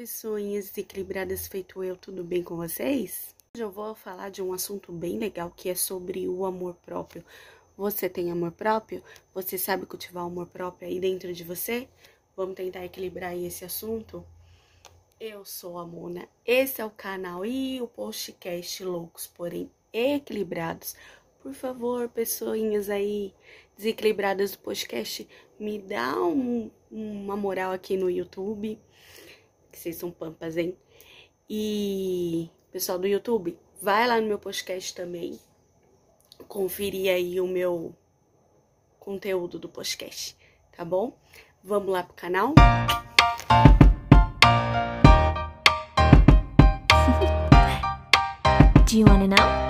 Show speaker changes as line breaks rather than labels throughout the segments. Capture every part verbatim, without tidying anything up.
pessoinhas desequilibradas feito eu, tudo bem com vocês? Hoje eu vou falar de um assunto bem legal que é sobre o amor próprio. Você tem amor próprio? Você sabe cultivar o amor próprio aí dentro de você? Vamos tentar equilibrar aí esse assunto? Eu sou a Mona, esse é o canal e o podcast Loucos, porém equilibrados. Por favor, pessoinhas aí desequilibradas do podcast, me dá um, uma moral aqui no YouTube, que vocês são pampas, hein? E, pessoal do YouTube, vai lá no meu podcast também, conferir aí o meu conteúdo do podcast, tá bom? Vamos lá pro canal?
Do you wanna know?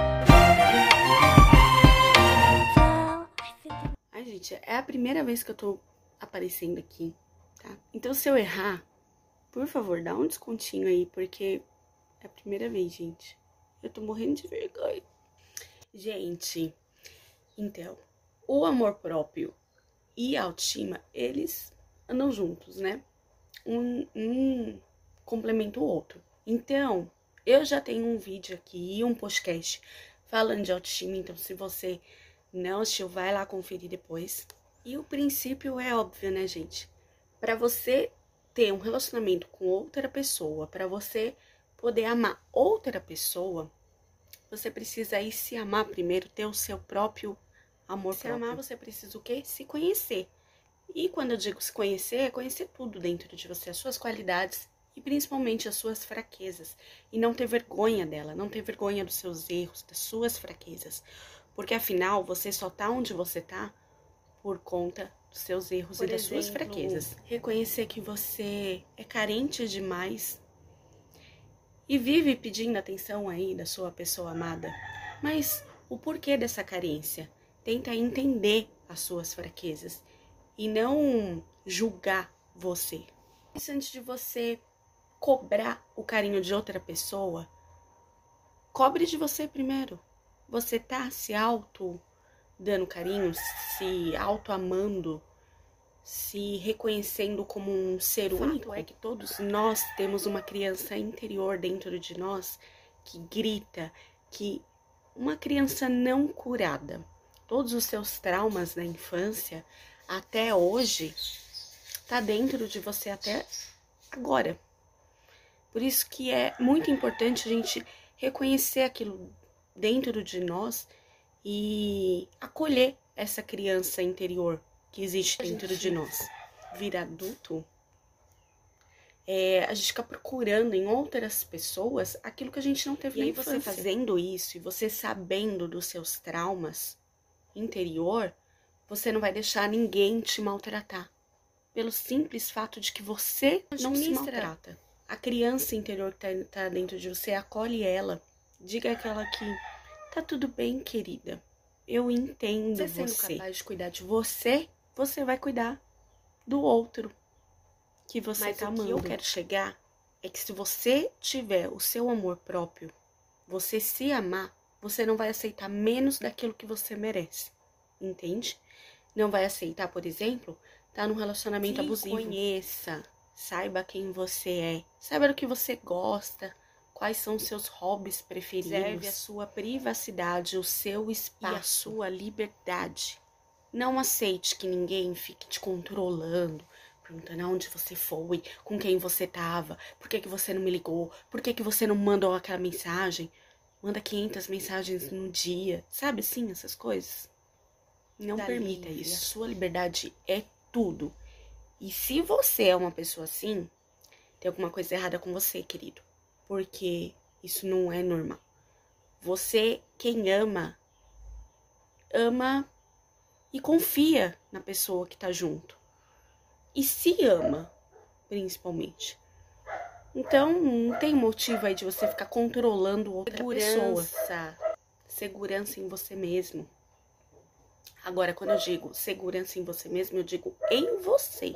Ai, gente, é a primeira vez que eu tô aparecendo aqui, tá? Então, se eu errar, por favor, dá um descontinho aí, porque é a primeira vez, gente. Eu tô morrendo de vergonha. Gente, então, o amor próprio e a autoestima, eles andam juntos, né? Um, um complementa o outro. Então, eu já tenho um vídeo aqui e um podcast falando de autoestima, então se você não assistiu, vai lá conferir depois. E o princípio é óbvio, né, gente? Para você ter um relacionamento com outra pessoa, para você poder amar outra pessoa, você precisa aí se amar primeiro, ter o seu próprio amor próprio. Se amar, você precisa o quê? Se conhecer. E quando eu digo se conhecer, é conhecer tudo dentro de você, as suas qualidades e principalmente as suas fraquezas. E não ter vergonha dela, não ter vergonha dos seus erros, das suas fraquezas. Porque afinal, você só tá onde você tá por conta dos seus erros e das suas fraquezas. Reconhecer que você é carente demais e vive pedindo atenção aí da sua pessoa amada. Mas o porquê dessa carência? Tenta entender as suas fraquezas e não julgar você. Isso antes de você cobrar o carinho de outra pessoa, cobre de você primeiro. Você tá se auto dando carinho, se auto amando, se reconhecendo como um ser único? É que todos nós temos uma criança interior dentro de nós que grita, que uma criança não curada. Todos os seus traumas da infância até hoje tá dentro de você até agora. Por isso que é muito importante a gente reconhecer aquilo dentro de nós e acolher essa criança interior que existe dentro de nós. Vir adulto, é, a gente fica procurando em outras pessoas aquilo que a gente não teve na infância. E aí você fazendo isso e você sabendo dos seus traumas interior, você não vai deixar ninguém te maltratar. Pelo simples fato de que você não se maltrata. A criança interior que tá, tá dentro de você, acolhe ela. Diga aquela que tá tudo bem, querida. Eu entendo você. Você sendo capaz de cuidar de você, você vai cuidar do outro que você Mas tá amando. Mas o que eu quero chegar é que se você tiver o seu amor próprio, você se amar, você não vai aceitar menos daquilo que você merece. Entende? Não vai aceitar, por exemplo, tá num relacionamento se abusivo. Conheça, saiba quem você é, saiba do que você gosta, quais são os seus hobbies preferidos. Preserve a sua privacidade, o seu espaço e a sua liberdade. Não aceite que ninguém fique te controlando, perguntando aonde você foi, com quem você tava, por que que você não me ligou, por que que você não mandou aquela mensagem. Manda quinhentas mensagens no dia, sabe assim, essas coisas. Não da permita livre. Isso. Sua liberdade é tudo. E se você é uma pessoa assim, tem alguma coisa errada com você, querido. Porque isso não é normal. Você, quem ama, ama e confia na pessoa que tá junto. E se ama, principalmente. Então, não tem motivo aí de você ficar controlando outra pessoa. Segurança. Segurança em você mesmo. Agora, quando eu digo segurança em você mesmo, eu digo em você.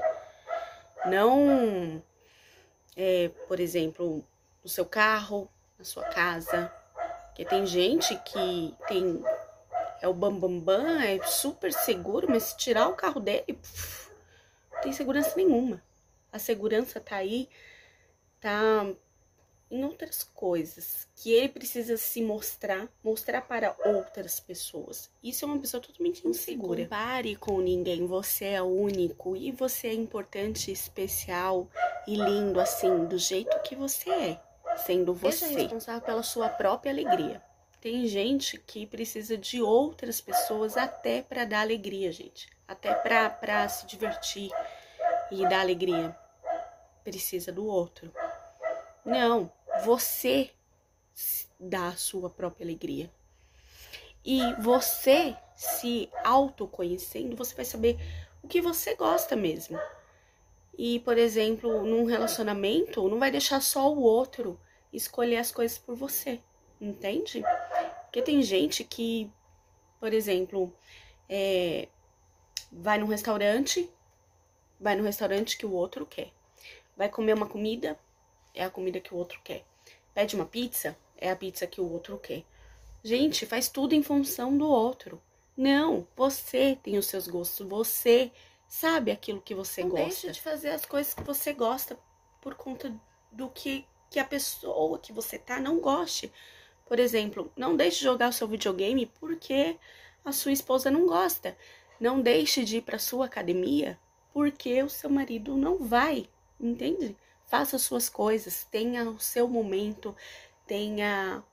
Não, é, por exemplo, no seu carro, na sua casa. Porque tem gente que tem é o bambambam, bam, bam, é super seguro, mas se tirar o carro dele, puf, não tem segurança nenhuma. A segurança tá aí tá em outras coisas, que ele precisa se mostrar, mostrar para outras pessoas. Isso é uma pessoa totalmente insegura. Não se compare com ninguém, você é único e você é importante, especial e lindo assim, do jeito que você é, sendo você. Seja responsável pela sua própria alegria. Tem gente que precisa de outras pessoas até para dar alegria, gente. Até para para se divertir e dar alegria. Precisa do outro. Não, você dá a sua própria alegria. E você se autoconhecendo, você vai saber o que você gosta mesmo. E, por exemplo, num relacionamento, não vai deixar só o outro escolher as coisas por você, entende? Porque tem gente que, por exemplo, é, vai num restaurante, vai num restaurante que o outro quer. Vai comer uma comida, é a comida que o outro quer. Pede uma pizza, é a pizza que o outro quer. Gente, faz tudo em função do outro. Não, você tem os seus gostos, você sabe aquilo que você gosta. Não deixa de fazer as coisas que você gosta por conta do que, que a pessoa que você tá não goste. Por exemplo, não deixe de jogar o seu videogame porque a sua esposa não gosta. Não deixe de ir para sua academia porque o seu marido não vai, entende? Faça as suas coisas, tenha o seu momento, tenha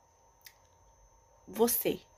você.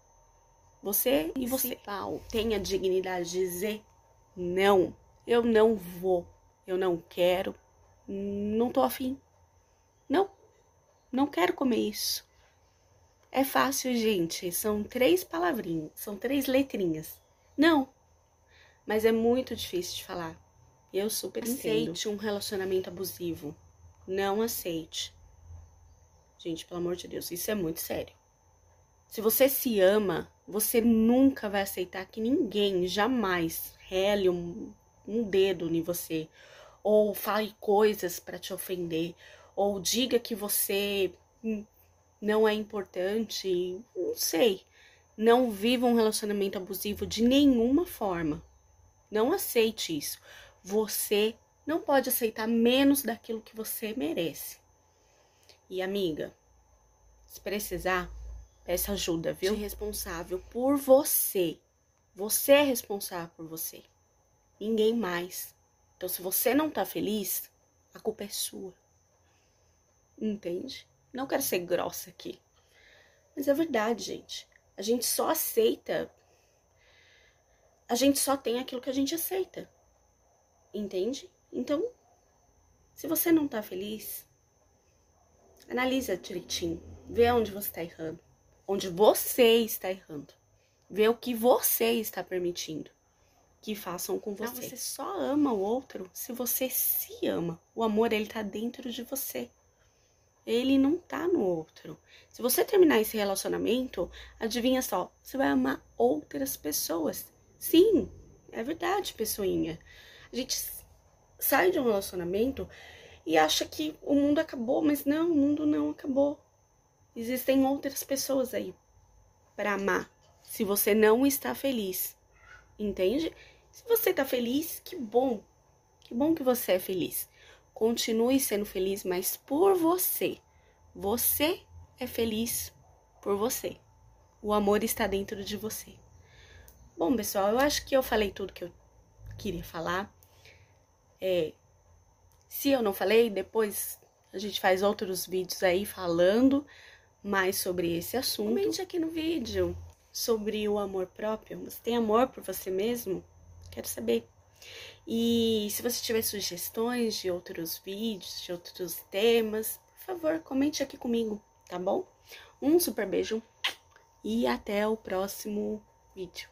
Você e você. Tenha dignidade de dizer não, eu não vou, eu não quero, não tô afim. Não, não quero comer isso. É fácil, gente, são três palavrinhas, são três letrinhas. Não, mas é muito difícil de falar. Eu super entendo. Aceite um relacionamento abusivo. Não aceite. Gente, pelo amor de Deus, isso é muito sério. Se você se ama, você nunca vai aceitar que ninguém jamais rele um, um dedo em você. Ou fale coisas para te ofender. Ou diga que você não é importante. Não sei. Não viva um relacionamento abusivo de nenhuma forma. Não aceite isso. Você não pode aceitar menos daquilo que você merece. E amiga, se precisar, peça ajuda, viu? Você é responsável por você. Você é responsável por você. Ninguém mais. Então, se você não tá feliz, a culpa é sua. Entende? Não quero ser grossa aqui. Mas é verdade, gente. A gente só aceita. A gente só tem aquilo que a gente aceita. Entende? Então, se você não tá feliz, analisa direitinho. Vê onde você tá errando. Onde você está errando. Vê o que você está permitindo que façam com você. Não, você só ama o outro se você se ama. O amor, ele tá dentro de você. Ele não tá no outro. Se você terminar esse relacionamento, adivinha só, você vai amar outras pessoas. Sim, é verdade, pessoinha. A gente sai de um relacionamento e acha que o mundo acabou, mas não, o mundo não acabou. Existem outras pessoas aí para amar. Se você não está feliz, entende? Se você tá feliz, que bom. Que bom que você é feliz. Continue sendo feliz, mas por você. Você é feliz por você. O amor está dentro de você. Bom, pessoal, eu acho que eu falei tudo que eu queria falar. É, se eu não falei, depois a gente faz outros vídeos aí falando mais sobre esse assunto. Comente aqui no vídeo sobre o amor próprio. Você tem amor por você mesmo? Quero saber. E se você tiver sugestões de outros vídeos, de outros temas, por favor, comente aqui comigo, tá bom? Um super beijo e até o próximo vídeo.